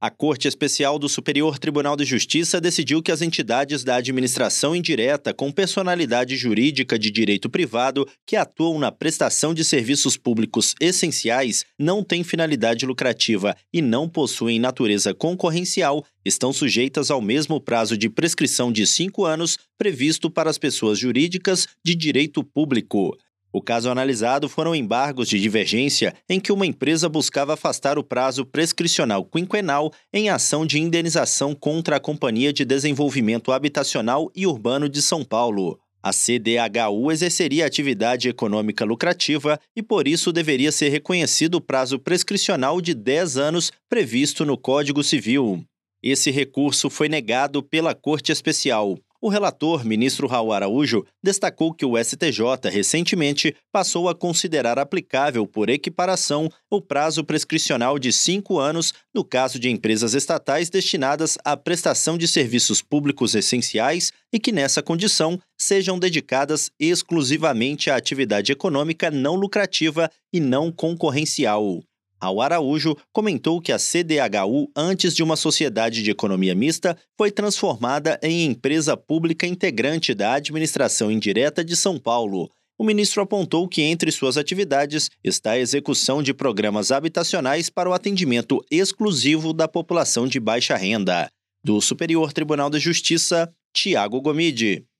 A Corte Especial do Superior Tribunal de Justiça decidiu que as entidades da administração indireta com personalidade jurídica de direito privado que atuam na prestação de serviços públicos essenciais não têm finalidade lucrativa e não possuem natureza concorrencial, estão sujeitas ao mesmo prazo de prescrição de 5 anos previsto para as pessoas jurídicas de direito público. O caso analisado foram embargos de divergência em que uma empresa buscava afastar o prazo prescricional quinquenal em ação de indenização contra a Companhia de Desenvolvimento Habitacional e Urbano de São Paulo. A CDHU exerceria atividade econômica lucrativa e, por isso, deveria ser reconhecido o prazo prescricional de 10 anos previsto no Código Civil. Esse recurso foi negado pela Corte Especial. O relator, ministro Raul Araújo, destacou que o STJ, recentemente, passou a considerar aplicável por equiparação o prazo prescricional de 5 anos no caso de empresas estatais destinadas à prestação de serviços públicos essenciais e que, nessa condição, sejam dedicadas exclusivamente à atividade econômica não lucrativa e não concorrencial. Raul Araújo comentou que a CDHU, antes de uma sociedade de economia mista, foi transformada em empresa pública integrante da administração indireta de São Paulo. O ministro apontou que entre suas atividades está a execução de programas habitacionais para o atendimento exclusivo da população de baixa renda. Do Superior Tribunal de Justiça, Tiago Gomide.